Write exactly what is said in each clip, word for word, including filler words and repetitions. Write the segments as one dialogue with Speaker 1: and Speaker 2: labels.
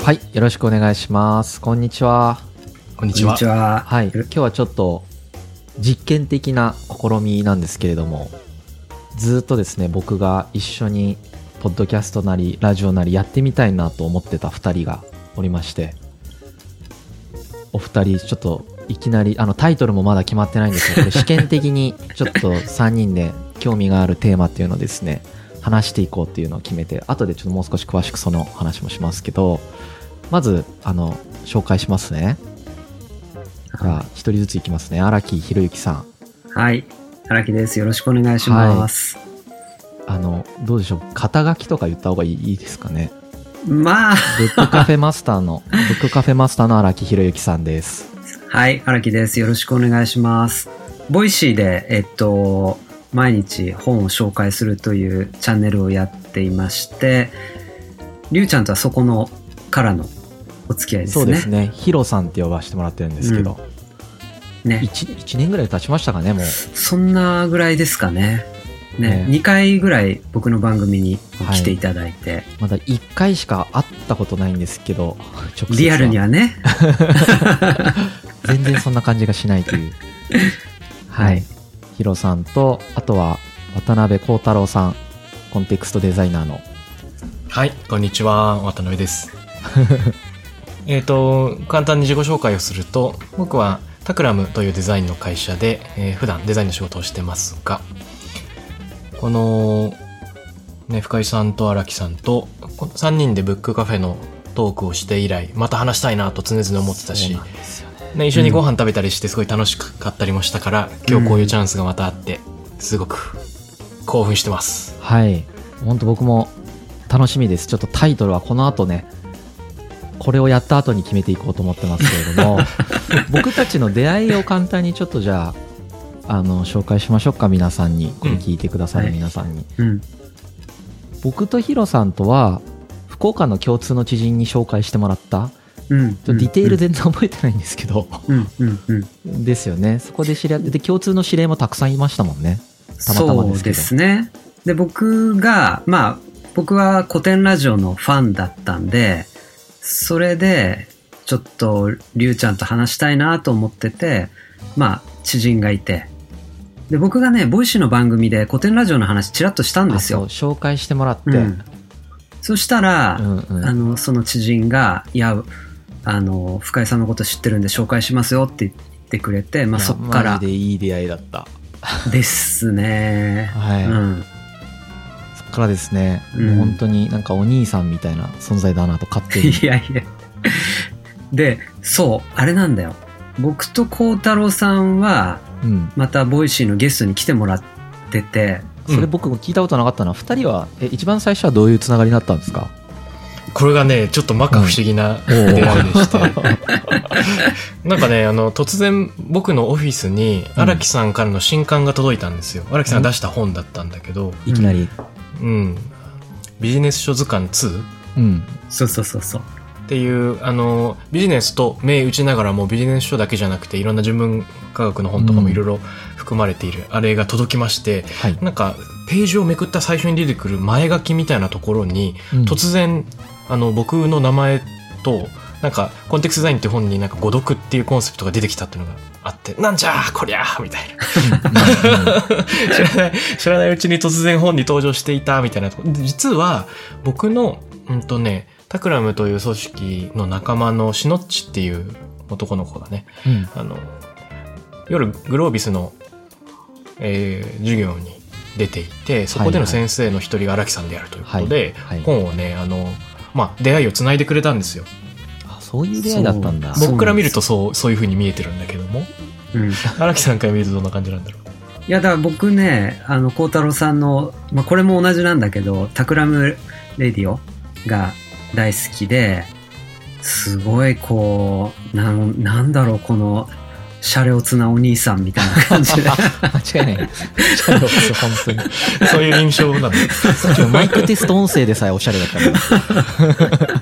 Speaker 1: はい、よろしくお願いします。こんにちは。
Speaker 2: こんにちは。こんにちは。
Speaker 1: はい、今日はちょっと実験的な試みなんですけれども、ずっとですね、僕が一緒にポッドキャストなりラジオなりやってみたいなと思ってたふたりがおりまして、お二人ちょっといきなりあのタイトルもまだ決まってないんですけど、これ試験的にちょっとさんにんで興味があるテーマっていうのをですね話していこうっていうのを決めて、後でちょっともう少し詳しくその話もしますけど、まずあの紹介しますね。じゃあ一人ずついきますね。荒木博之さん。
Speaker 2: はい、荒木です。よろしくお願いします。
Speaker 1: はい、あのどうでしょう、肩書きとか言った方がいいですかね。
Speaker 2: まあ
Speaker 1: ブックカフェマスターのブックカフェマスターの荒木博之さんです。
Speaker 2: はい、荒木です。よろしくお願いします。ボイシーでえっと毎日本を紹介するというチャンネルをやっていまして、りゅうちゃんとはそこのからのお付き合いですね。
Speaker 1: そうですね。ヒロさんって呼ばせてもらってるんですけど、うん、ね、1, いちねんぐらい経ちましたかね。もう
Speaker 2: そんなぐらいですかね。ね、ね、にかいぐらい僕の番組に来ていただいて、はい、
Speaker 1: まだいっかいしか会ったことないんですけど、
Speaker 2: 直接リアルにはね
Speaker 1: 全然そんな感じがしないというはい、ヒロさんと、あとは渡辺幸太郎さん、コンテクストデザイナーの。
Speaker 3: はい、こんにちは、渡辺ですえっと簡単に自己紹介をすると、僕はタクラムというデザインの会社で、えー、普段デザインの仕事をしてますが、この、ね、深井さんと荒木さんとさんにんでブックカフェのトークをして以来、また話したいなと常々思ってたし、ね、一緒にご飯食べたりしてすごい楽しかったりもしたから、うん、今日こういうチャンスがまたあってすごく興奮してます。
Speaker 1: はい、本当僕も楽しみです。ちょっとタイトルはこの後ね、これをやった後に決めていこうと思ってますけれども僕たちの出会いを簡単にちょっとじゃああの紹介しましょうか。皆さんに、これ聞いてくださる皆さんに、うんはい、僕とヒロさんとは福岡の共通の知人に紹介してもらった、うん、ディテール全然覚えてないんですけど、うんうんうん、ですよね。そこで知り合って、で共通の知り合いもたくさんいましたもんね。たまたまですけど。
Speaker 2: そうですね。で僕がまあ僕は古典ラジオのファンだったんで、それでちょっとりゅうちゃんと話したいなと思ってて、まあ知人がいて、で僕がねボイシーの番組で古典ラジオの話ちらっとしたんですよ。
Speaker 1: そう紹介してもらって、うん、
Speaker 2: そしたら、うんうん、あのその知人が、いやあの深井さんのこと知ってるんで紹介しますよって言ってくれて、まあ、そっから
Speaker 1: マジでいい出会いだった
Speaker 2: ですね、はい、うん、
Speaker 1: そっからですね、うん、もう本当になんかお兄さんみたいな存在だなと勝手に
Speaker 2: いやいやで、そうあれなんだよ、僕と幸太郎さんはまたボイシーのゲストに来てもらってて、
Speaker 1: うん、それ僕も聞いたことなかったな。ふたりはえ一番最初はどういうつながりになったんですか？
Speaker 3: これがねちょっと摩訶不思議な出会いでして、うん、なんかねあの突然僕のオフィスに荒木さんからの新刊が届いたんですよ。荒木さんが出した本だったんだけど、
Speaker 1: いきなり、
Speaker 2: う
Speaker 3: ん、ビジネス書図鑑ツー、
Speaker 2: うん、そうそうそうそう
Speaker 3: っていうあのビジネスと銘打ちながらもビジネス書だけじゃなくていろんな人文科学の本とかもいろいろ含まれている、うん、あれが届きまして、はい、なんかページをめくった最初に出てくる前書きみたいなところに、うん、突然あの僕の名前となんかコンテクストデザインって本になんか誤読っていうコンセプトが出てきたっていうのがあって、なんじゃーこりゃーみたいな知らない知らないうちに突然本に登場していたみたいなところ。実は僕のうんとねタクラムという組織の仲間のシノッチっていう男の子がね、うん、あの夜グロービスの、えー、授業に出ていて、そこでの先生の一人が荒木さんであるということで、はいはい、本をねあの、まあ、出会いをつないでくれたんですよ。
Speaker 1: あ、そういう出会いだったんだ。
Speaker 3: 僕から見るとそうそういう風に見えてるんだけども、荒、うん、木さんから見るとどんな感じなんだろう。
Speaker 2: いやだから僕ねあの幸太郎さんの、まあ、これも同じなんだけどタクラムレディオが大好きで、すごいこう な, なんだろうこのシャレオツなお兄さんみたいな感じで
Speaker 1: 間違いないシャレオツ、本当に
Speaker 3: そういう印象なんだ
Speaker 1: マイクテスト音声でさえおしゃれだったから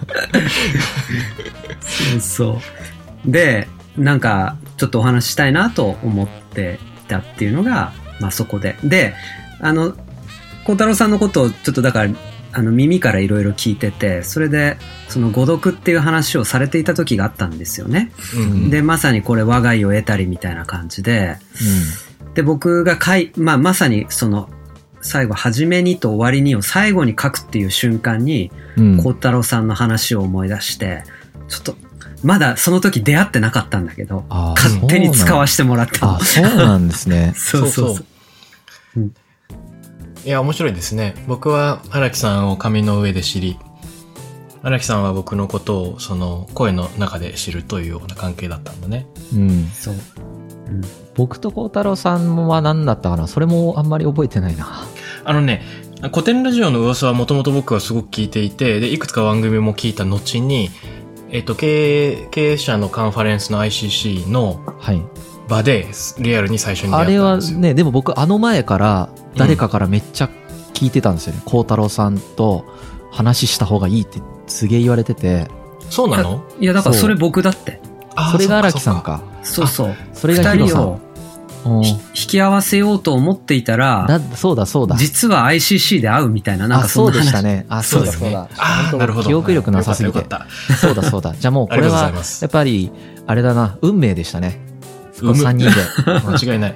Speaker 2: そうそうでなんかちょっとお話ししたいなと思っていたっていうのが、まあ、そこでであの幸太郎さんのことをちょっとだからあの耳からいろいろ聞いてて、それでその誤読っていう話をされていた時があったんですよね。うん、でまさにこれ我が意を得たりみたいな感じで、うん、で僕が書い、まあ、まさにその最後初めにと終わりにを最後に書くっていう瞬間に孝、うん、太郎さんの話を思い出して、ちょっとまだその時出会ってなかったんだけど、勝手に使わせてもらったの。
Speaker 1: あ、そうなんですね。
Speaker 2: そうそうそう。うん、
Speaker 3: いや、面白いですね。僕は荒木さんを紙の上で知り、荒木さんは僕のことをその声の中で知るというような関係だったんだね。
Speaker 1: うん。そう。うん、僕と孝太郎さんは何だったかな、それもあんまり覚えてないな。
Speaker 3: あのね、古典ラジオの噂はもともと僕はすごく聞いていて、で、いくつか番組も聞いた後に、えっと、経営、経営者のカンファレンスの アイシーシー の場で、リアルに最初に出会ったんですよ。
Speaker 1: あれはね、でも僕あの前から誰かからめっちゃ聞いてたんですよね。孝、うん、太郎さんと話した方がいいってすげえ言われてて。
Speaker 3: そうなの？
Speaker 2: いや、だからそれ僕だって。
Speaker 1: それが荒木さんか。
Speaker 2: そうそう。
Speaker 1: それがヒロさん。
Speaker 2: 引き合わせようと思っていたら、
Speaker 1: だそうだそうだ。
Speaker 2: 実は アイシーシー で会うみたいな、なんかそんな話。
Speaker 1: あ、そうでしたね。あ、そうだそうだ。
Speaker 3: あ、なるほど。
Speaker 1: 記憶力なさすぎて。そうだそうだ。じゃあもうこれは、やっぱり、あれだな、運命でしたね。さんにんで。
Speaker 3: 間違いない。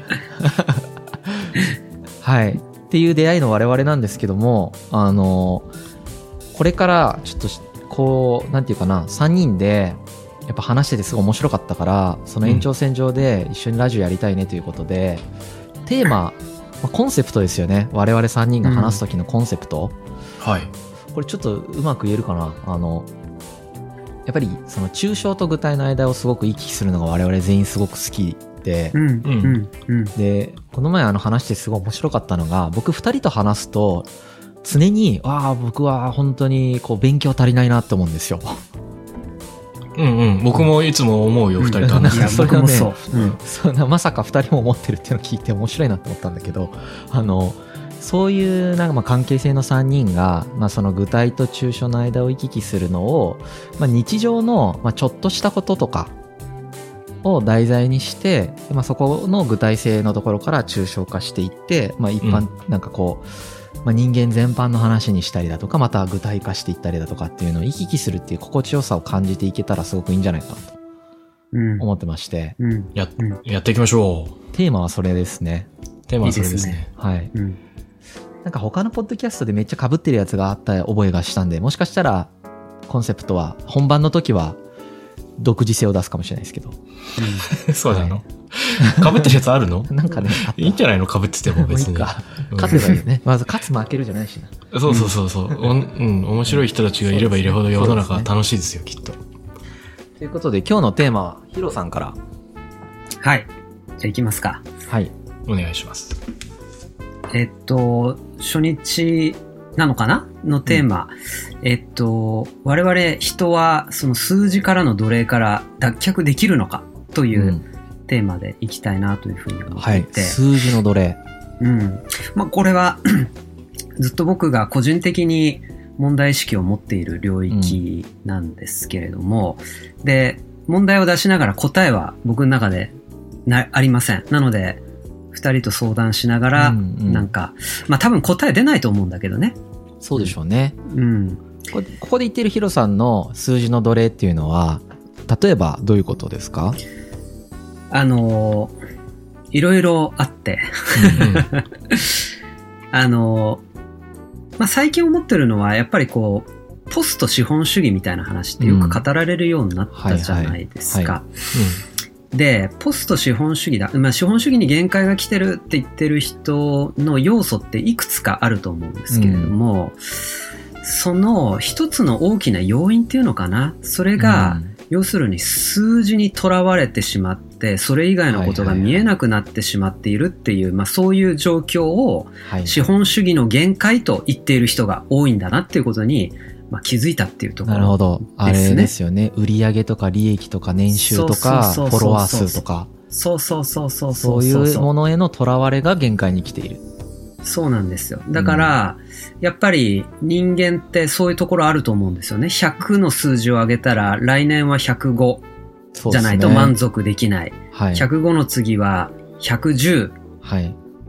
Speaker 1: はい。っていう出会いの我々なんですけども、あの、これからちょっと、こう、なんていうかな、さんにんで、やっぱ話しててすごい面白かったから、その延長線上で一緒にラジオやりたいねということで、うん、テーマ、まあ、コンセプトですよね。我々さんにんが話す時のコンセプト、
Speaker 3: うん、はい。
Speaker 1: これちょっとうまく言えるかな。あのやっぱりその抽象と具体の間をすごく行き来するのが我々全員すごく好きで、うんうんうん、でこの前あの話してすごい面白かったのが、僕ふたりと話すと常にああ僕は本当にこう勉強足りないなって思うんですよ。
Speaker 3: うんうん、僕もいつも思うよ、二、うん、人と話して。
Speaker 1: それはね、そう、うん、そんなまさか二人も思ってるっていうのを聞いて面白いなと思ったんだけど、あのそういうなんかまあ関係性のさんにんが、まあ、その具体と抽象の間を行き来するのを、まあ、日常のまあちょっとしたこととかを題材にして、まあ、そこの具体性のところから抽象化していって、まあ、一般なんかこう、うんまあ、人間全般の話にしたりだとか、また具体化していったりだとかっていうのを行き来するっていう心地よさを感じていけたらすごくいいんじゃないかなと思ってまして、
Speaker 3: うんうん、や, やっていきましょう。
Speaker 1: テーマはそれですね。
Speaker 3: テーマはそれですね。いいですね。
Speaker 1: はい、うん。なんか他のポッドキャストでめっちゃ被ってるやつがあった覚えがしたんで、もしかしたらコンセプトは本番の時は独自性を出すかもしれないですけど。
Speaker 3: うん、そうなの、はい、被ってるやつあるの？
Speaker 1: なんかね、
Speaker 3: いいんじゃないの？被ってても別に。
Speaker 1: いいか。勝てばいいよね。まず勝つ負けるじゃないしな。
Speaker 3: そうそうそうそう。うん、うん、面白い人たちがいればいるほど世の中は楽しいですよ、きっと。
Speaker 1: ということで今日のテーマはヒロさんから。
Speaker 2: はい。じゃあ行きますか。
Speaker 1: はい。
Speaker 3: お願いします。
Speaker 2: えっと、初日なのかなのテーマ。うん、えっと、我々人はその数字からの奴隷から脱却できるのかというテーマでいきたいなというふうに思っていて。はい。
Speaker 1: 数字の奴隷。
Speaker 2: うん。まあこれはずっと僕が個人的に問題意識を持っている領域なんですけれども、うん、で、問題を出しながら答えは僕の中でなありません。なので、二人と相談しながら、うんうん、なんか、まあ多分答え出ないと思うんだけどね。
Speaker 1: そうでしょうね。
Speaker 2: うん。
Speaker 1: こ, ここで言ってるヒロさんの数字の奴隷っていうのは、例えばどういうことですか？
Speaker 2: あの、いろいろあって、あの、まあ、最近思ってるのはやっぱりこうポスト資本主義みたいな話ってよく語られるようになったじゃないですか。で、ポスト資本主義だ、まあ、資本主義に限界が来てるって言ってる人の要素っていくつかあると思うんですけれども、うん、その一つの大きな要因っていうのかな、それが、うん、要するに数字にとらわれてしまってそれ以外のことが見えなくなってしまっているっていう、まあ、そういう状況を資本主義の限界と言っている人が多いんだなっていうことに、まあ、気づいたっていうところですね。なるほど。
Speaker 1: あれですよね。売上とか利益とか年収とかフォロワー数とか、
Speaker 2: そうそうそうそう
Speaker 1: そういうものへのとらわれが限界に来ている。
Speaker 2: そうなんですよ。だから、うん、やっぱり人間ってそういうところあると思うんですよね。ひゃくの数字を上げたら来年はひゃくごじゃないと満足できない。はい、ひゃくごの次はひゃくじゅう。
Speaker 1: はい。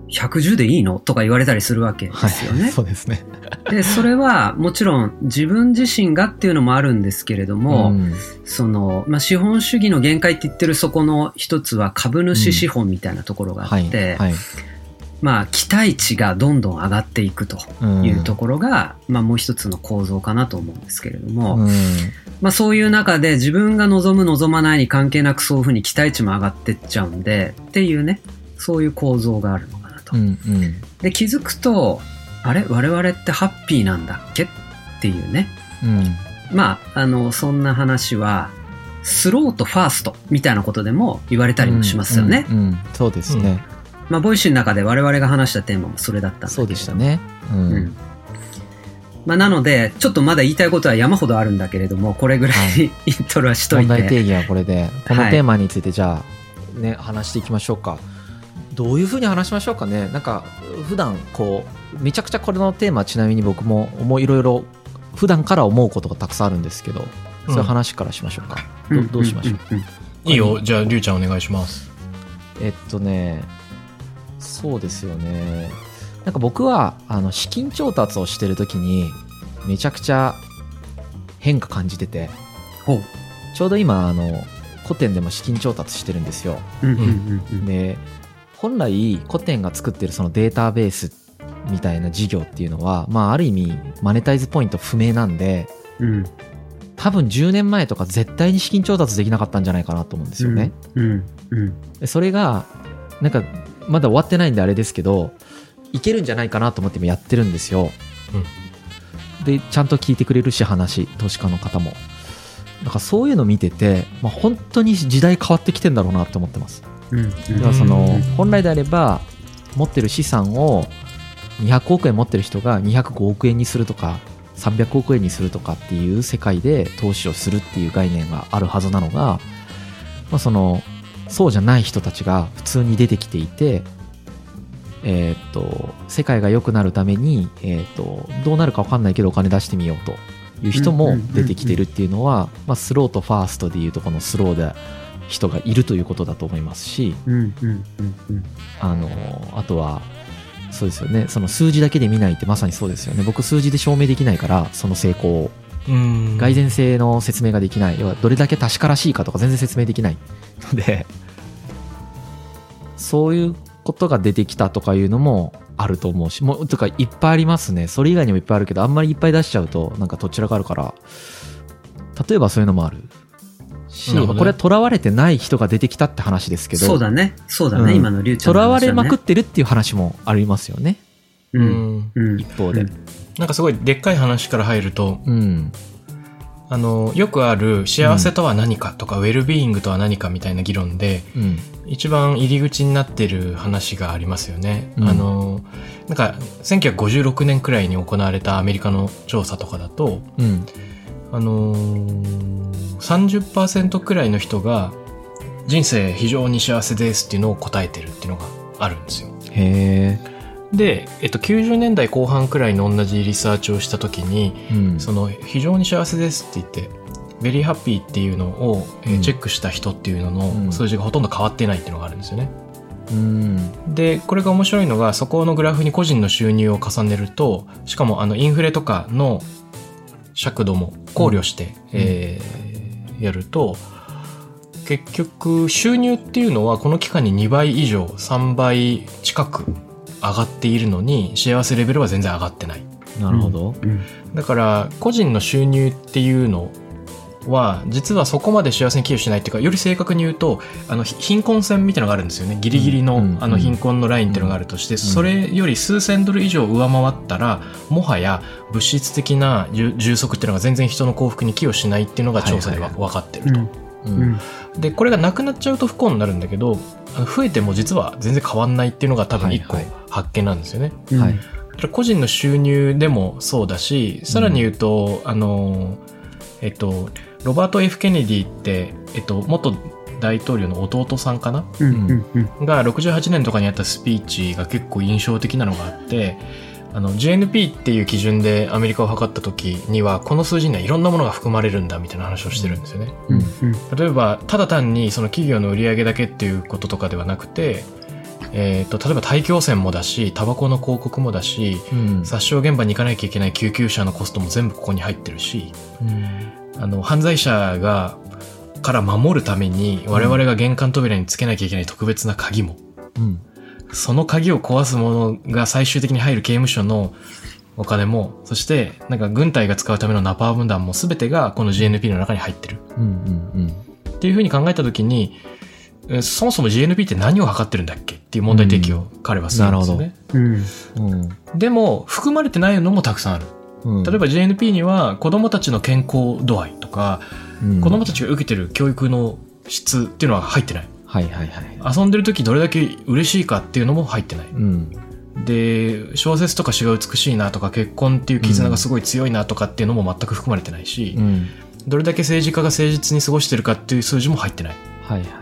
Speaker 2: ひゃくじゅうでいいのとか言われたりするわけですよね。
Speaker 1: はい、そうですね。
Speaker 2: で、それはもちろん自分自身がっていうのもあるんですけれども、うん、その、まあ、資本主義の限界って言ってるそこの一つは株主資本みたいなところがあって、うんはいはい、まあ、期待値がどんどん上がっていくというところが、うん、まあ、もう一つの構造かなと思うんですけれども、うん、まあ、そういう中で自分が望む望まないに関係なくそういうふうに期待値も上がっていっちゃうんで、っていうね、そういう構造があるのかなと。うんうん、で、気づくと、あれ我々ってハッピーなんだっけっていうね。うん、まあ、あの、そんな話は、スローとファーストみたいなことでも言われたりもしますよね。
Speaker 1: うんうんうん、そうですね。うん
Speaker 2: まあ、ボイシーの中で我々が話したテーマもそれだったんだけど。
Speaker 1: そうでしたね。うん。うん、
Speaker 2: まあ、なので、ちょっとまだ言いたいことは山ほどあるんだけれども、これぐらい、はい、イントロはしといて。
Speaker 1: 問題定義はこれで、このテーマについてじゃあ、ね、話していきましょうか。どういうふうに話しましょうかね。なんか、普段こう、めちゃくちゃこれのテーマ、ちなみに僕も思いろいろ、普段から思うことがたくさんあるんですけど、そういう話からしましょうか。うん、ど, どうしましょう、うんうん
Speaker 3: うん、いいよ。じゃあ、りゅうちゃんお願いします。
Speaker 1: えっとね、そうですよね。なんか僕はあの資金調達をしてるときにめちゃくちゃ変化感じてて、ほうちょうど今あの古典でも資金調達してるんですよ。うんうんうんうん、で本来古典が作ってるそのデータベースみたいな事業っていうのは、まあ、ある意味マネタイズポイント不明なんで、うん、多分じゅうねんまえとか絶対に資金調達できなかったんじゃないかなと思うんですよね。うんうんうん、でそれがなんかまだ終わってないんであれですけどいけるんじゃないかなと思ってもやってるんですよ、うん、でちゃんと聞いてくれるし話投資家の方もだからそういうの見てて、まあ、本当に時代変わってきてんだろうなと思ってます、うん、だからその本来であれば持ってる資産をにひゃくおくえん持ってる人がにひゃくごおくえんにするとかさんびゃくおくえんにするとかっていう世界で投資をするっていう概念があるはずなのが、まあ、そのそうじゃない人たちが普通に出てきていて、えー、っと世界が良くなるために、えー、っとどうなるか分かんないけどお金出してみようという人も出てきてるっていうのは、まあ、スローとファーストでいうとこのスローで人がいるということだと思いますし、あのあとはそうですよね、その数字だけで見ないってまさにそうですよね。僕数字で証明できないからその成功を蓋然性の説明ができない、要はどれだけ確からしいかとか全然説明できないので、そういうことが出てきたとかいうのもあると思うし、もうとかいっぱいありますね。それ以外にもいっぱいあるけど、あんまりいっぱい出しちゃうとなんかどちらかあるから、例えばそういうのもあるし、ね、これは囚われてない人が出てきたって話ですけど、
Speaker 2: そうだねそうだね、うん、今のリュウちゃんの話はね、
Speaker 1: 囚われまくってるっていう話もありますよね、うんうん、一方で、うん、
Speaker 3: なんかすごいでっかい話から入ると、うん、あのよくある幸せとは何かとか、うん、ウェルビーイングとは何かみたいな議論で、うん、一番入り口になってる話がありますよね、うん、あのなんかせんきゅうひゃくごじゅうろくねんくらいに行われたアメリカの調査とかだと、うん、あのー、さんじゅっパーセント くらいの人が人生非常に幸せですっていうのを答えてるっていうのがあるんですよ。
Speaker 1: へー。
Speaker 3: で、えっと、きゅうじゅうねんだいこう半くらいの同じリサーチをした時に、うん、その非常に幸せですって言ってベリーハッピーっていうのを、うん、えチェックした人っていうのの数字がほとんど変わってないっていうのがあるんですよね、うん、でこれが面白いのがそこのグラフに個人の収入を重ねると、しかもあのインフレとかの尺度も考慮して、うんえー、やると結局収入っていうのはこの期間ににばい以上さんばい近く上がっているのに幸せレベルは全然上がってない。
Speaker 1: なるほど、うん、
Speaker 3: だから個人の収入っていうのは実はそこまで幸せに寄与しないっていうか、より正確に言うとあの貧困線みたいなのがあるんですよね。ギリギリ の,、うん、あの貧困のラインっていうのがあるとして、うん、それより数千ドル以上上回ったらもはや物質的な充足っていうのが全然人の幸福に寄与しないっていうのが調査では分かってると、うんうん、でこれがなくなっちゃうと不幸になるんだけど、増えても実は全然変わんないっていうのが多分一個発見なんですよね、はいはい、個人の収入でもそうだし、さらに言うと、うん、あのえっとロバート・ F ・ケネディって、えっと、元大統領の弟さんかな、うんうんうん、がろくじゅうはちねんとかにやったスピーチが結構印象的なのがあって、あの ジーエヌピー っていう基準でアメリカを測った時にはこの数字にはいろんなものが含まれるんだみたいな話をしてるんですよね、うんうん、例えばただ単にその企業の売上だけっていうこととかではなくて、 えー、と例えば大気汚染もだしタバコの広告もだし、うん、殺傷現場に行かなきゃいけない救急車のコストも全部ここに入ってるし、うん、あの犯罪者がから守るために我々が玄関扉につけなきゃいけない特別な鍵も、うん、その鍵を壊すものが最終的に入る刑務所のお金も、そしてなんか軍隊が使うためのナパーム弾も全てがこの ジーエヌピー の中に入ってる、うんうんうん、っていう風に考えた時にそもそも ジーエヌピー って何を測ってるんだっけっていう問題提起を彼はするんですよね、うんうん、でも含まれてないのもたくさんある、うん、例えば ジーエヌピー には子どもたちの健康度合いとか、うん、子どもたちが受けてる教育の質っていうのは入ってない、はいはいはい、遊んでる時どれだけ嬉しいかっていうのも入ってない、うん、で小説とか詩が美しいなとか結婚っていう絆がすごい強いなとかっていうのも全く含まれてないし、うん、どれだけ政治家が誠実に過ごしてるかっていう数字も入ってない、はいはいはい、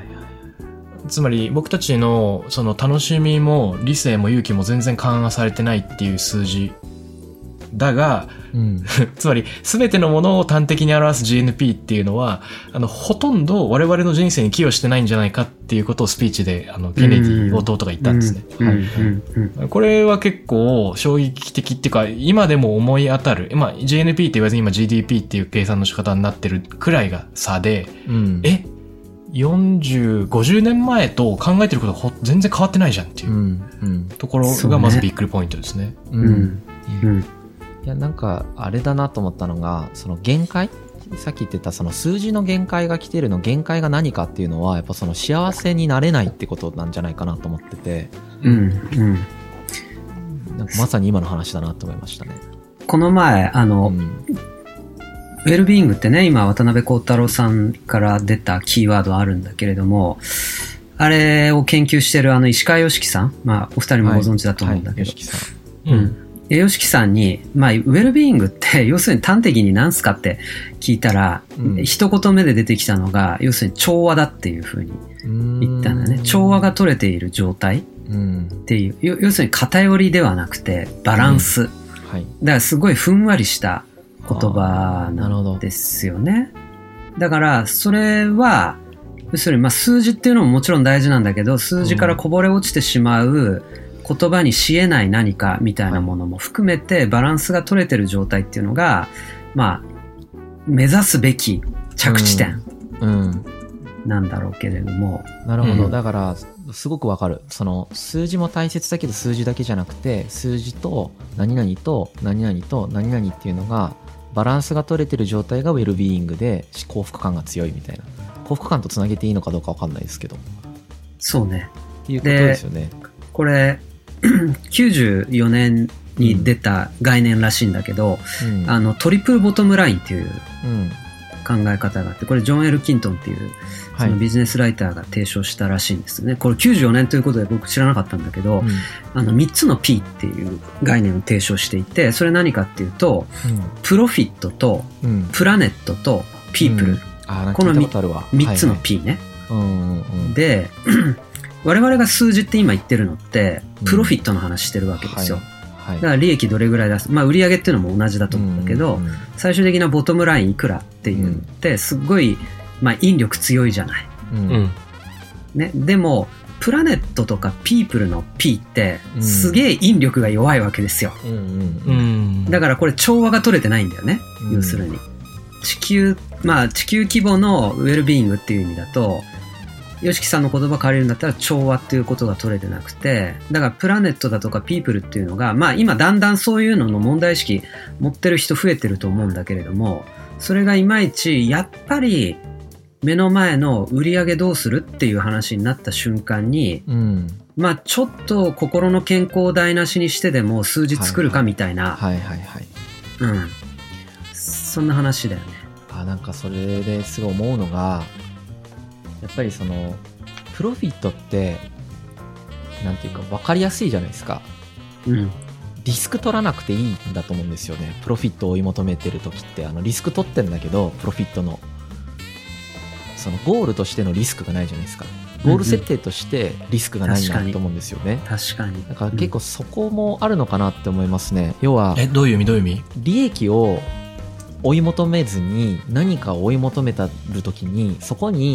Speaker 3: つまり僕たちのその楽しみも理性も勇気も全然緩和されてないっていう数字だが、うん、つまり全てのものを端的に表す ジーエヌピー っていうのはあのほとんど我々の人生に寄与してないんじゃないかっていうことをスピーチであのケネディ弟が言ったんですね、はいはい、これは結構衝撃的っていうか今でも思い当たる、まあ、ジーエヌピー って言わずに今 ジーディーピー っていう計算の仕方になってるくらいが差で、うん、えよんじゅう、ごじゅうねんまえと考えてることが全然変わってないじゃんっていうところがまずびっくりポイントですね。うんうん
Speaker 1: うん、いやなんかあれだなと思ったのがその限界さっき言ってたその数字の限界が来てるの限界が何かっていうのはやっぱその幸せになれないってことなんじゃないかなと思ってて、うんうん、なんかまさに今の話だなと思いましたね。
Speaker 2: この前あの、うんウェルビーイングってね、今渡辺幸太郎さんから出たキーワードあるんだけれども、あれを研究してるあの石川良樹さん、まあお二人もご存知だと思うんだけど、はいはい、さん、うん、良樹さんに、まあウェルビーイングって要するに端的に何すかって聞いたら、うん、一言目で出てきたのが要するに調和だっていうふうに言ったんだね。調和が取れている状態っていう、要するに偏りではなくてバランス、うんはい、だからすごいふんわりした言葉なんですよね。だからそれは要するにまあ数字っていうのももちろん大事なんだけど数字からこぼれ落ちてしまう言葉にしえない何かみたいなものも含めてバランスが取れてる状態っていうのがまあ目指すべき着地点なんだろうけれども、
Speaker 1: うんうん、なるほど、うん、だからすごくわかる。その数字も大切だけど数字だけじゃなくて数字と何々と何々と何々っていうのがバランスが取れてる状態がウェルビーイングで幸福感が強いみたいな。幸福感とつなげていいのかどうかわかんないですけど。
Speaker 2: そうね。
Speaker 1: っていうことですよね。
Speaker 2: これきゅうじゅうよねんに出た概念らしいんだけど、うん、あのトリプルボトムラインっていう考え方があって、これジョン・エル・キントンっていうそのビジネスライターが提唱したらしいんですね。これきゅうじゅうよねんということで僕知らなかったんだけど、うん、あのみっつの P っていう概念を提唱していて、それ何かっていうと、うん、プロフィットと、うん、プラネットとピープル、うん、あこの みっつの P ね、はいはい、で我々が数字って今言ってるのってプロフィットの話してるわけですよ、うんはい、だから利益どれぐらい出す、まあ売上っていうのも同じだと思うんだけど、うんうんうん、最終的なボトムラインいくらっていうのってすっごいまあ、引力強いじゃない、うんね、でもプラネットとかピープルの P ってすげえ引力が弱いわけですよ、うんうんうん、だからこれ調和が取れてないんだよね、うん、要するに地球まあ地球規模のウェルビーイングっていう意味だと吉木さんの言葉借りるんだったら調和っていうことが取れてなくて、だからプラネットだとかピープルっていうのがまあ今だんだんそういうのの問題意識持ってる人増えてると思うんだけれども、それがいまいちやっぱり目の前の売り上げどうするっていう話になった瞬間に、うん、まあちょっと心の健康を台無しにしてでも数字作るかみたいな、はいはいはいはい、うん、そんな話だよね。
Speaker 1: あ、なんかそれですごい思うのがやっぱりそのプロフィットってなんていうか分かりやすいじゃないですか、うん、リスク取らなくていいんだと思うんですよね。プロフィットを追い求めてる時ってあのリスク取ってんだけどプロフィットのそのゴールとしてのリスクがないじゃないですか。ゴール設定としてリスクがないなと思うんですよね。
Speaker 2: 確かに。
Speaker 1: だから結構そこもあるのかなって思いますね。要は
Speaker 3: えどういう意味どういう意味？
Speaker 1: 利益を追い求めずに何かを追い求めたるときにそこに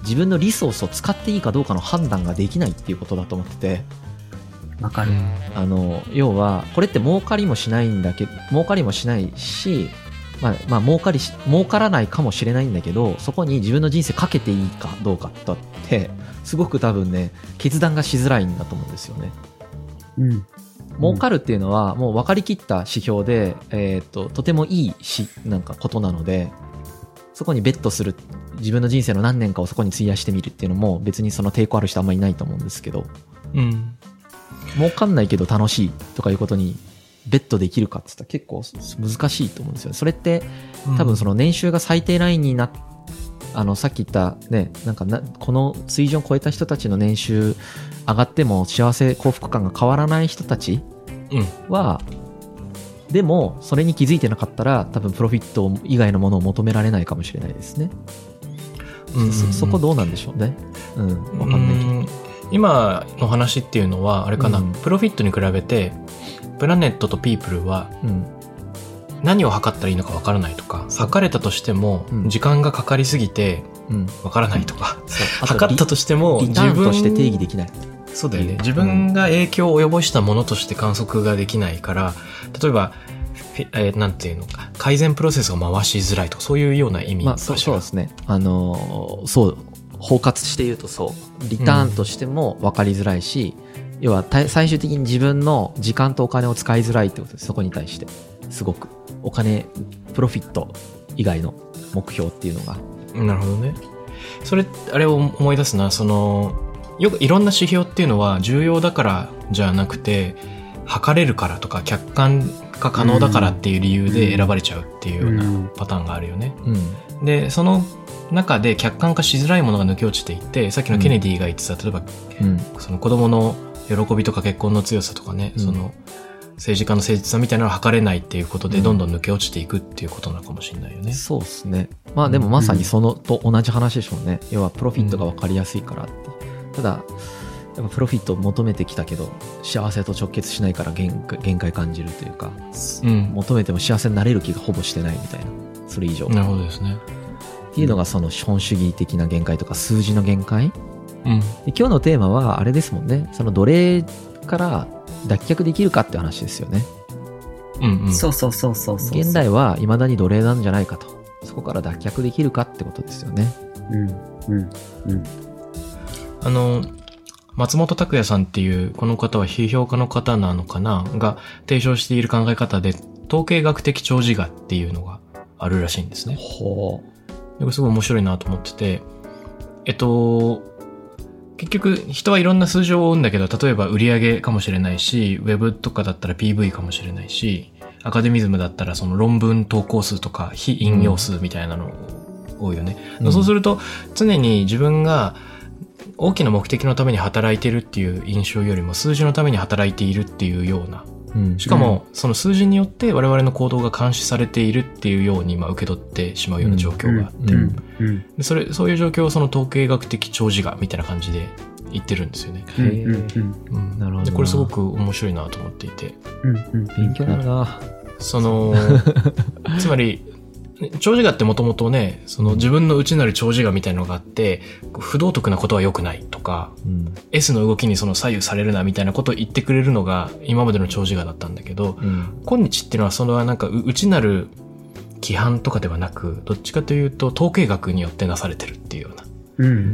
Speaker 1: 自分のリソースを使っていいかどうかの判断ができないっていうことだと思ってて、
Speaker 2: わかる。
Speaker 1: あの要はこれって儲かりもしないんだけど儲かりもしないし、まあ、まあ儲かりし儲からないかもしれないんだけど、そこに自分の人生かけていいかどうかってすごく多分ね決断がしづらいんだと思うんですよね。
Speaker 2: うん、
Speaker 1: 儲かるっていうのはもう分かりきった指標で、えー、ととてもいいしなんかことなので、そこにベットする、自分の人生の何年かをそこに費やしてみるっていうのも別にその抵抗ある人あんまりいないと思うんですけど、
Speaker 3: うん、
Speaker 1: 儲かんないけど楽しいとかいうことにベットできるかって言ったら結構難しいと思うんですよね。それって多分その年収が最低ラインになっあのさっき言ったね、なんかなこの水準を超えた人たちの年収上がっても幸せ幸福感が変わらない人たちは、うん、でもそれに気づいてなかったら多分プロフィット以外のものを求められないかもしれないですね。うんうんうん、そ, そこどうなんでしょうね。うん、わかんないけど。
Speaker 3: 今の話っていうのはあれかな、うん、プロフィットに比べてプラネットとピープルは何を測ったらいいのか分からないとか、測れたとしても時間がかかりすぎて分からないとか、うん、測ったとしても
Speaker 1: リターンとして定義できない。
Speaker 3: そうだよね。自分が影響を及ぼしたものとして観測ができないから、例えば、えー、なんていうのか改善プロセスを回しづらいとか、そういうような意味かしら。
Speaker 1: まあ、そうですね。あのー、そう包括して言うとそうリターンとしても分かりづらいし、うん、要は最終的に自分の時間とお金を使いづらいってことです。そこに対してすごくお金プロフィット以外の目標っていうのが。
Speaker 3: なるほどね。それあれを思い出すな、そのよくいろんな指標っていうのは重要だからじゃなくて測れるからとか客観化可能だからっていう理由で選ばれちゃうっていうようなパターンがあるよね、うんうん、でその中で客観化しづらいものが抜け落ちていって、さっきのケネディが言ってた、例えば、うん、その子供の喜びとか結婚の強さとかね、うん、その政治家の誠実さみたいなのを測れないっていうことでどんどん抜け落ちていくっていうことなのかもしれないよね、うん、
Speaker 1: そうですね。まあでもまさにそのと同じ話でしょうね、うん、要はプロフィットが分かりやすいからって、うん、ただやっぱプロフィットを求めてきたけど幸せと直結しないから限界、限界感じるというか、うん、求めても幸せになれる気がほぼしてないみたいな、それ以上。
Speaker 3: なるほどですね。
Speaker 1: っていうのがその資本主義的な限界とか数字の限界、うん、で今日のテーマはあれですもんね、その奴隷から脱却できるかって話ですよね。
Speaker 2: うんうん、そうそうそうそうそう。
Speaker 1: 現代は未だに奴隷なんじゃないかと、そこから脱却できるかってことですよね。うんうん
Speaker 3: うん。あの松本拓也さんっていうこの方は批評家の方なのかなが提唱している考え方で統計学的長寿我っていうのがあるらしいんですね。ほう。すごい面白いなと思ってて、えっと結局人はいろんな数字を追うんだけど、例えば売上かもしれないし、ウェブとかだったら ピーブイ かもしれないし、アカデミズムだったらその論文投稿数とか非引用数みたいなの多いよね、うん、そうすると常に自分が大きな目的のために働いているっていう印象よりも数字のために働いているっていうような、うん、しかもその数字によって我々の行動が監視されているっていうようにまあ受け取ってしまうような状況があって、うんうん、でそれそういう状況をその統計学的長寿我みたいな感じで言ってるんですよね。へー、うん、なるほど。でこれすごく面白いなと思っていて、うんうん、
Speaker 1: 勉強になるな。
Speaker 3: そのつまり長寿我ってもともとね、その自分の内なる長寿我みたいなのがあって、不道徳なことは良くないとか、うん、S の動きにその左右されるなみたいなことを言ってくれるのが今までの長寿我だったんだけど、うん、今日っていうのはそのなんか内なる規範とかではなく、どっちかというと統計学によってなされてるっていうような。うんうん、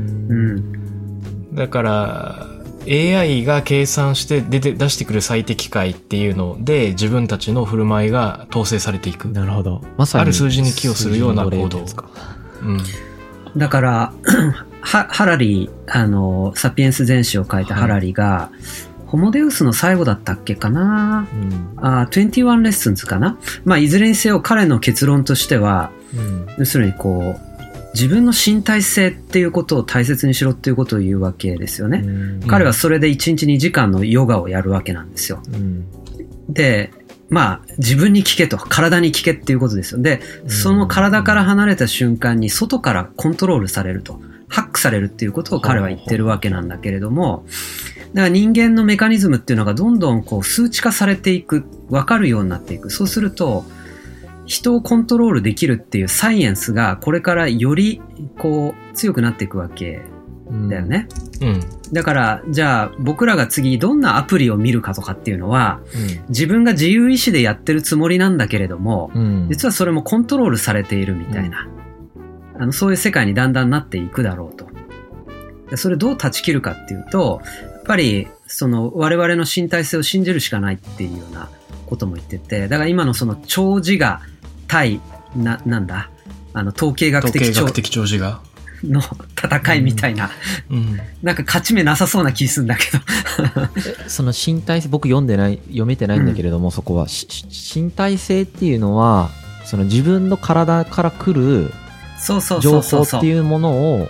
Speaker 3: だから、エーアイ が計算して出て出してくる最適解っていうので自分たちの振る舞いが統制されていく。
Speaker 1: なるほど。まさに
Speaker 3: ある数字に寄与するような行動。
Speaker 2: うん、だからハハラリあのサピエンス全史を書いたハラリが、はい、ホモデウスの最後だったっけかな、うん、あにじゅういちレッスンズかな、まあ、いずれにせよ彼の結論としては、うん、要するにこう自分の身体性っていうことを大切にしろっていうことを言うわけですよね、うん、彼はそれでいちにちにじかんのヨガをやるわけなんですよ、うん、でまあ自分に聞けと、体に聞けっていうことですよ。でその体から離れた瞬間に外からコントロールされると、ハックされるっていうことを彼は言ってるわけなんだけれども、だから人間のメカニズムっていうのがどんどんこう数値化されていく、分かるようになっていく。そうすると人をコントロールできるっていうサイエンスがこれからよりこう強くなっていくわけだよね。
Speaker 3: うん。
Speaker 2: だからじゃあ僕らが次どんなアプリを見るかとかっていうのは、うん、自分が自由意志でやってるつもりなんだけれども、うん、実はそれもコントロールされているみたいな、うん、あのそういう世界にだんだんなっていくだろうと。でそれどう断ち切るかっていうと、やっぱりその我々の身体性を信じるしかないっていうようなことも言ってて、だから今のその超自我対ななんだあの統計学的
Speaker 3: 統計学的超自我
Speaker 2: の戦いみたいな、うんうん、なんか勝ち目なさそうな気するんだけ
Speaker 1: どその身体性、僕読んでない読めてないんだけれども、うん、そこは身体性っていうのはその自分の体から来る情報っていうものを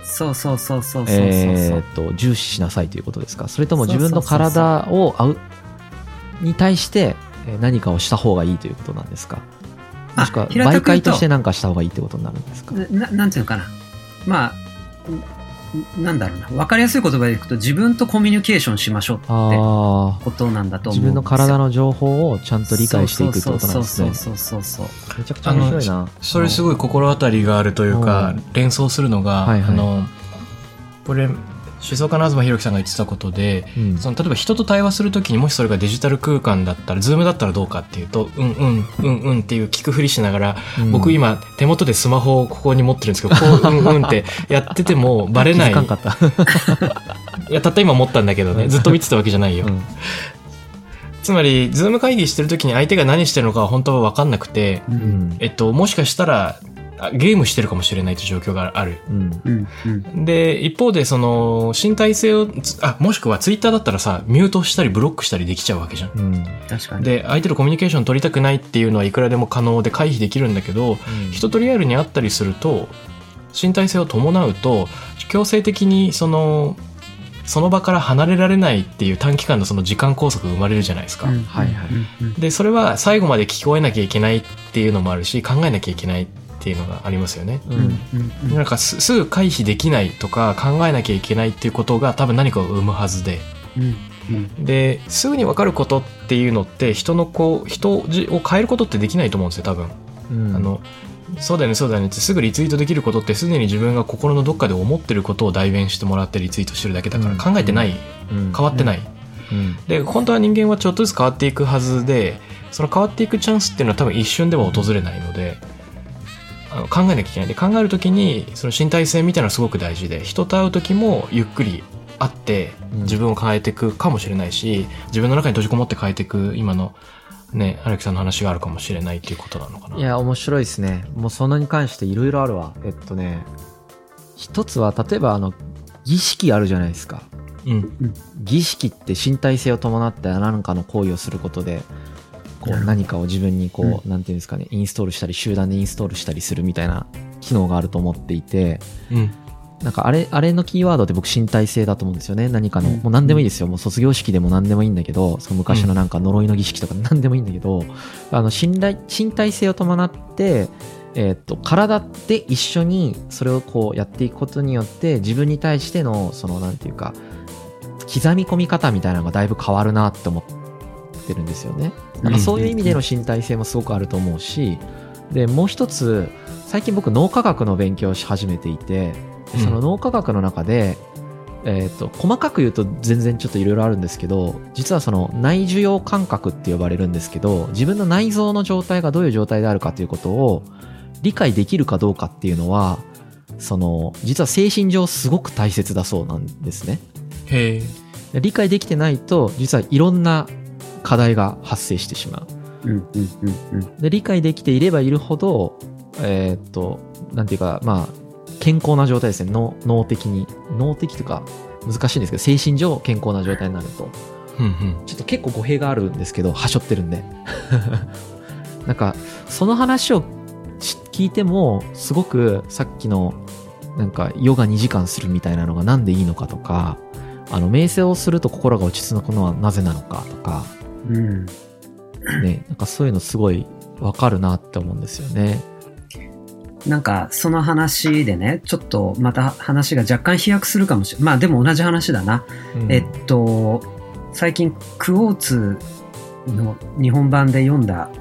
Speaker 1: 重視しなさいということですか？それとも自分の体をあうに対して何かをした方がいいということなんですか？もしくは媒介として何かした方がいいってことになるんですか？
Speaker 2: な, なんていうのかな、まあなんだろうな、分かりやすい言葉でいくと自分とコミュニケーションしましょうってことなんだと思うんですよ。
Speaker 1: 自分の体の情報をちゃんと理解していくってことなんですね。
Speaker 2: そうそうそうそうそう。
Speaker 1: めちゃくちゃ面白いな。
Speaker 3: それすごい心当たりがあるというか、連想するのが、はいはい、あのこれ思想家の東博樹さんが言ってたことで、うん、その例えば人と対話するときにもしそれがデジタル空間だったら、ズームだったらどうかっていうと、うんうんうんうんっていう聞くふりしながら、うん、僕今手元でスマホをここに持ってるんですけど、こううんうんってやっててもバレない。
Speaker 1: 気づかんかった
Speaker 3: いやたった今持ったんだけどね、ずっと見てたわけじゃないよ。うん、つまりズーム会議してるときに相手が何してるのかは本当は分かんなくて、うん、えっともしかしたらゲームしてるかもしれないという状況がある、うんうん、で一方でその身体性をあもしくはツイッターだったらさミュートしたりブロックしたりできちゃうわけじゃん、うん、
Speaker 2: 確かに。
Speaker 3: で相手とコミュニケーション取りたくないっていうのはいくらでも可能で回避できるんだけど、うん、人とリアルに会ったりすると身体性を伴うと強制的にそのその場から離れられないっていう短期間のその時間拘束が生まれるじゃないですか、うんはいはい、でそれは最後まで聞こえなきゃいけないっていうのもあるし考えなきゃいけないっていうのがありますよね、うん、なんか す, すぐ回避できないとか考えなきゃいけないっていうことが多分何かを生むはずで、うんうん、ですぐに分かることっていうのって人のこう人を変えることってできないと思うんですよ多分、うん、あのそうだよねそうだよねってすぐリツイートできることってすでに自分が心のどっかで思ってることを代弁してもらってリツイートしてるだけだから考えてない、うん、変わってない、うんうん、で本当は人間はちょっとずつ変わっていくはずでその変わっていくチャンスっていうのは多分一瞬では訪れないのであの考えなきゃいけないで考えるときにその身体性みたいなのがすごく大事で人と会うときもゆっくり会って自分を変えていくかもしれないし自分の中に閉じこもって変えていく今のね、荒木さんの話があるかもしれないっていうことなのかな。
Speaker 1: いや面白いですね。もうそのに関していろいろあるわ。えっとね一つは例えばあの儀式あるじゃないですか、うん、儀式って身体性を伴って何かの行為をすることでこう何かを自分にこう、うん、なんていうんですかねインストールしたり集団でインストールしたりするみたいな機能があると思っていて、うん、なんかあれあれのキーワードって僕身体性だと思うんですよね。何かの、うん、もう何でもいいですよ。もう卒業式でも何でもいいんだけどその昔のなんか呪いの儀式とか何でもいいんだけど、うん、あの信頼身体性を伴ってえー、と体で一緒にそれをこうやっていくことによって自分に対してのそのなんていうか刻み込み方みたいなのがだいぶ変わるなって思ってるんですよね。なんかそういう意味での身体性もすごくあると思うし、でもう一つ最近僕脳科学の勉強をし始めていてその脳科学の中で、えー、と細かく言うと全然ちょっといろいろあるんですけど実はその内受容感覚って呼ばれるんですけど自分の内臓の状態がどういう状態であるかということを理解できるかどうかっていうのはその実は精神上すごく大切だそうなんですね。
Speaker 3: へ
Speaker 1: ー。理解できてないと実はいろんな課題が発生してしまう、うんうんうんうん、で理解できていればいるほどえー、っとなんていうかまあ健康な状態ですね。 脳, 脳的に脳的というか難しいんですけど精神上健康な状態になると、うんうん、ちょっと結構語弊があるんですけどはしょってるんでなんかその話を聞いてもすごくさっきのなんかヨガにじかんするみたいなのがなんでいいのかとかあの瞑想をすると心が落ち着くのはなぜなのかとか、うんね、なんかそういうのすごいわかるなって思うんですよね。
Speaker 2: なんかその話でねちょっとまた話が若干飛躍するかもしれない。まあでも同じ話だな、うん、えっと最近クォーツの日本版で読んだ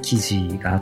Speaker 2: 記事があって、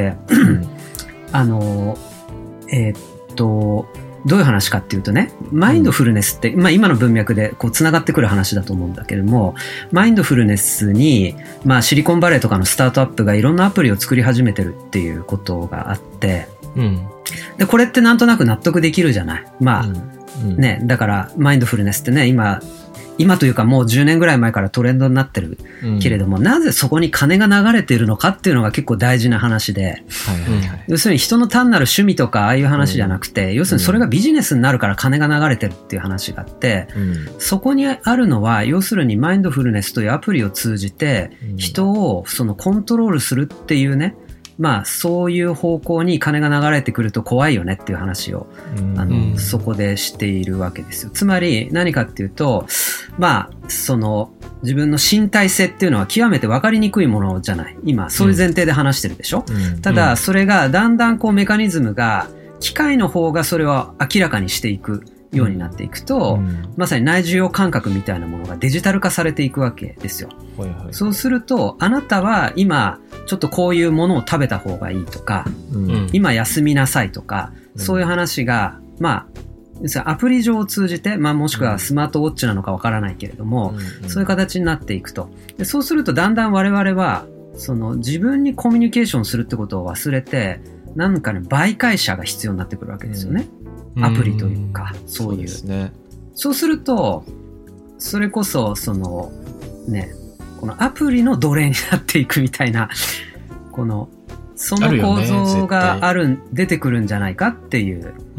Speaker 2: あの、えー、っと、どういう話かっていうとね、マインドフルネスって、うん、まあ今の文脈でこう繋がってくる話だと思うんだけれども、マインドフルネスに、まあシリコンバレーとかのスタートアップがいろんなアプリを作り始めてるっていうことがあって、うん、で、これってなんとなく納得できるじゃない。まあ、うんうん、ね、だからマインドフルネスってね、今、今というかもうじゅうねんぐらい前からトレンドになってるけれども、うん、なぜそこに金が流れているのかっていうのが結構大事な話で、はいはいはい、要するに人の単なる趣味とかああいう話じゃなくて、うん、要するにそれがビジネスになるから金が流れてるっていう話があって、うん、そこにあるのは要するにマインドフルネスというアプリを通じて人をそのコントロールするっていうね、まあそういう方向に金が流れてくると怖いよねっていう話を、うん、あのそこでしているわけですよ。つまり何かっていうと、まあその自分の身体性っていうのは極めて分かりにくいものじゃない。今そういう前提で話してるでしょ。うん、ただそれがだんだんこうメカニズムが機械の方がそれを明らかにしていくようになっていくと、うん、まさに内受容感覚みたいなものがデジタル化されていくわけですよ。はいはい、そうするとあなたは今ちょっとこういうものを食べた方がいいとか、うん、今休みなさいとか、うん、そういう話がまあアプリ上を通じて、まあ、もしくはスマートウォッチなのかわからないけれども、うん、そういう形になっていくと。でそうするとだんだん我々はその自分にコミュニケーションするってことを忘れて、何かね媒介者が必要になってくるわけですよね。うん、アプリというか、うん、そういう。そうですね。そうすると、それこそそのね、このアプリの奴隷になっていくみたいな、このその構造がある、ね、出てくるんじゃないかっていう。うん、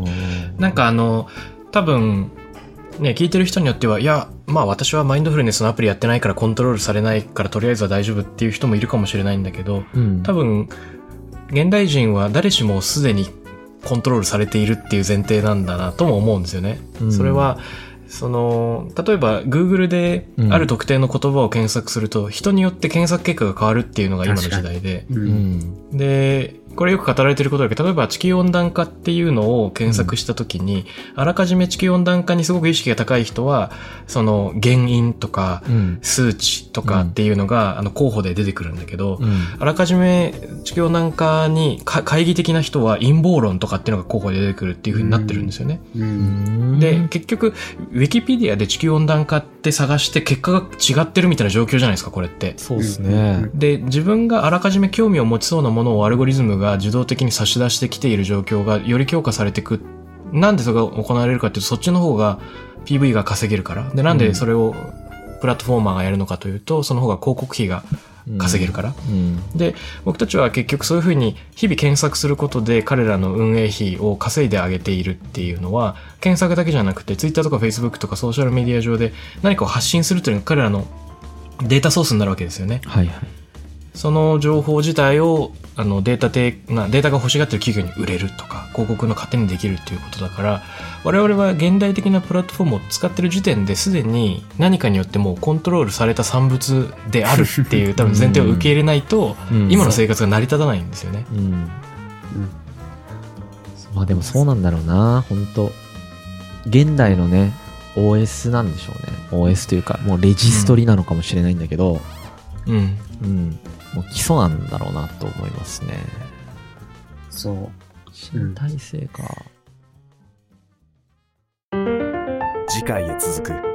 Speaker 3: なんかあの多分ね聞いてる人によってはいやまあ私はマインドフルネスのアプリやってないからコントロールされないからとりあえずは大丈夫っていう人もいるかもしれないんだけど、うん、多分現代人は誰しもすでにコントロールされているっていう前提なんだなとも思うんですよね。うん、それはその例えば Google である特定の言葉を検索すると、うん、人によって検索結果が変わるっていうのが今の時代で、うん、でこれよく語られていることだけど、例えば地球温暖化っていうのを検索したときに、うん、あらかじめ地球温暖化にすごく意識が高い人はその原因とか、うん、数値とかっていうのが、うん、あの候補で出てくるんだけど、うん、あらかじめ地球温暖化に懐疑的な人は陰謀論とかっていうのが候補で出てくるっていう風になってるんですよね。うん、で結局ウィキペディアで地球温暖化って探して結果が違ってるみたいな状況じゃないですかこれって。
Speaker 1: そうですね。
Speaker 3: で自分があらかじめ興味を持ちそうなものをアルゴリズムが自動的に差し出してきている状況がより強化されていく。なんでそれが行われるかっていうと、そっちの方が ピーブイ が稼げるから。でなんでそれをプラットフォーマーがやるのかというと、その方が広告費が稼げるから、うんうん、で僕たちは結局そういうふうに日々検索することで彼らの運営費を稼いであげているっていうのは、検索だけじゃなくて Twitter とか Facebook とかソーシャルメディア上で何かを発信するっていうのが彼らのデータソースになるわけですよね。はいはい。その情報自体をあのデータ提なデータが欲しがってる企業に売れるとか広告の糧にできるっていうことだから、我々は現代的なプラットフォームを使ってる時点ですでに何かによってもうコントロールされた産物であるっていう多分前提を受け入れないと今の生活が成り立たないんですよね。うんうん、
Speaker 1: まあでもそうなんだろうな。本当現代のね オーエス なんでしょうね。 オーエス というかもうレジストリなのかもしれないんだけど、うん、うん、もう基礎なんだろうなと思いますね。
Speaker 2: そう。
Speaker 1: 身体性か。
Speaker 4: 次回へ続く。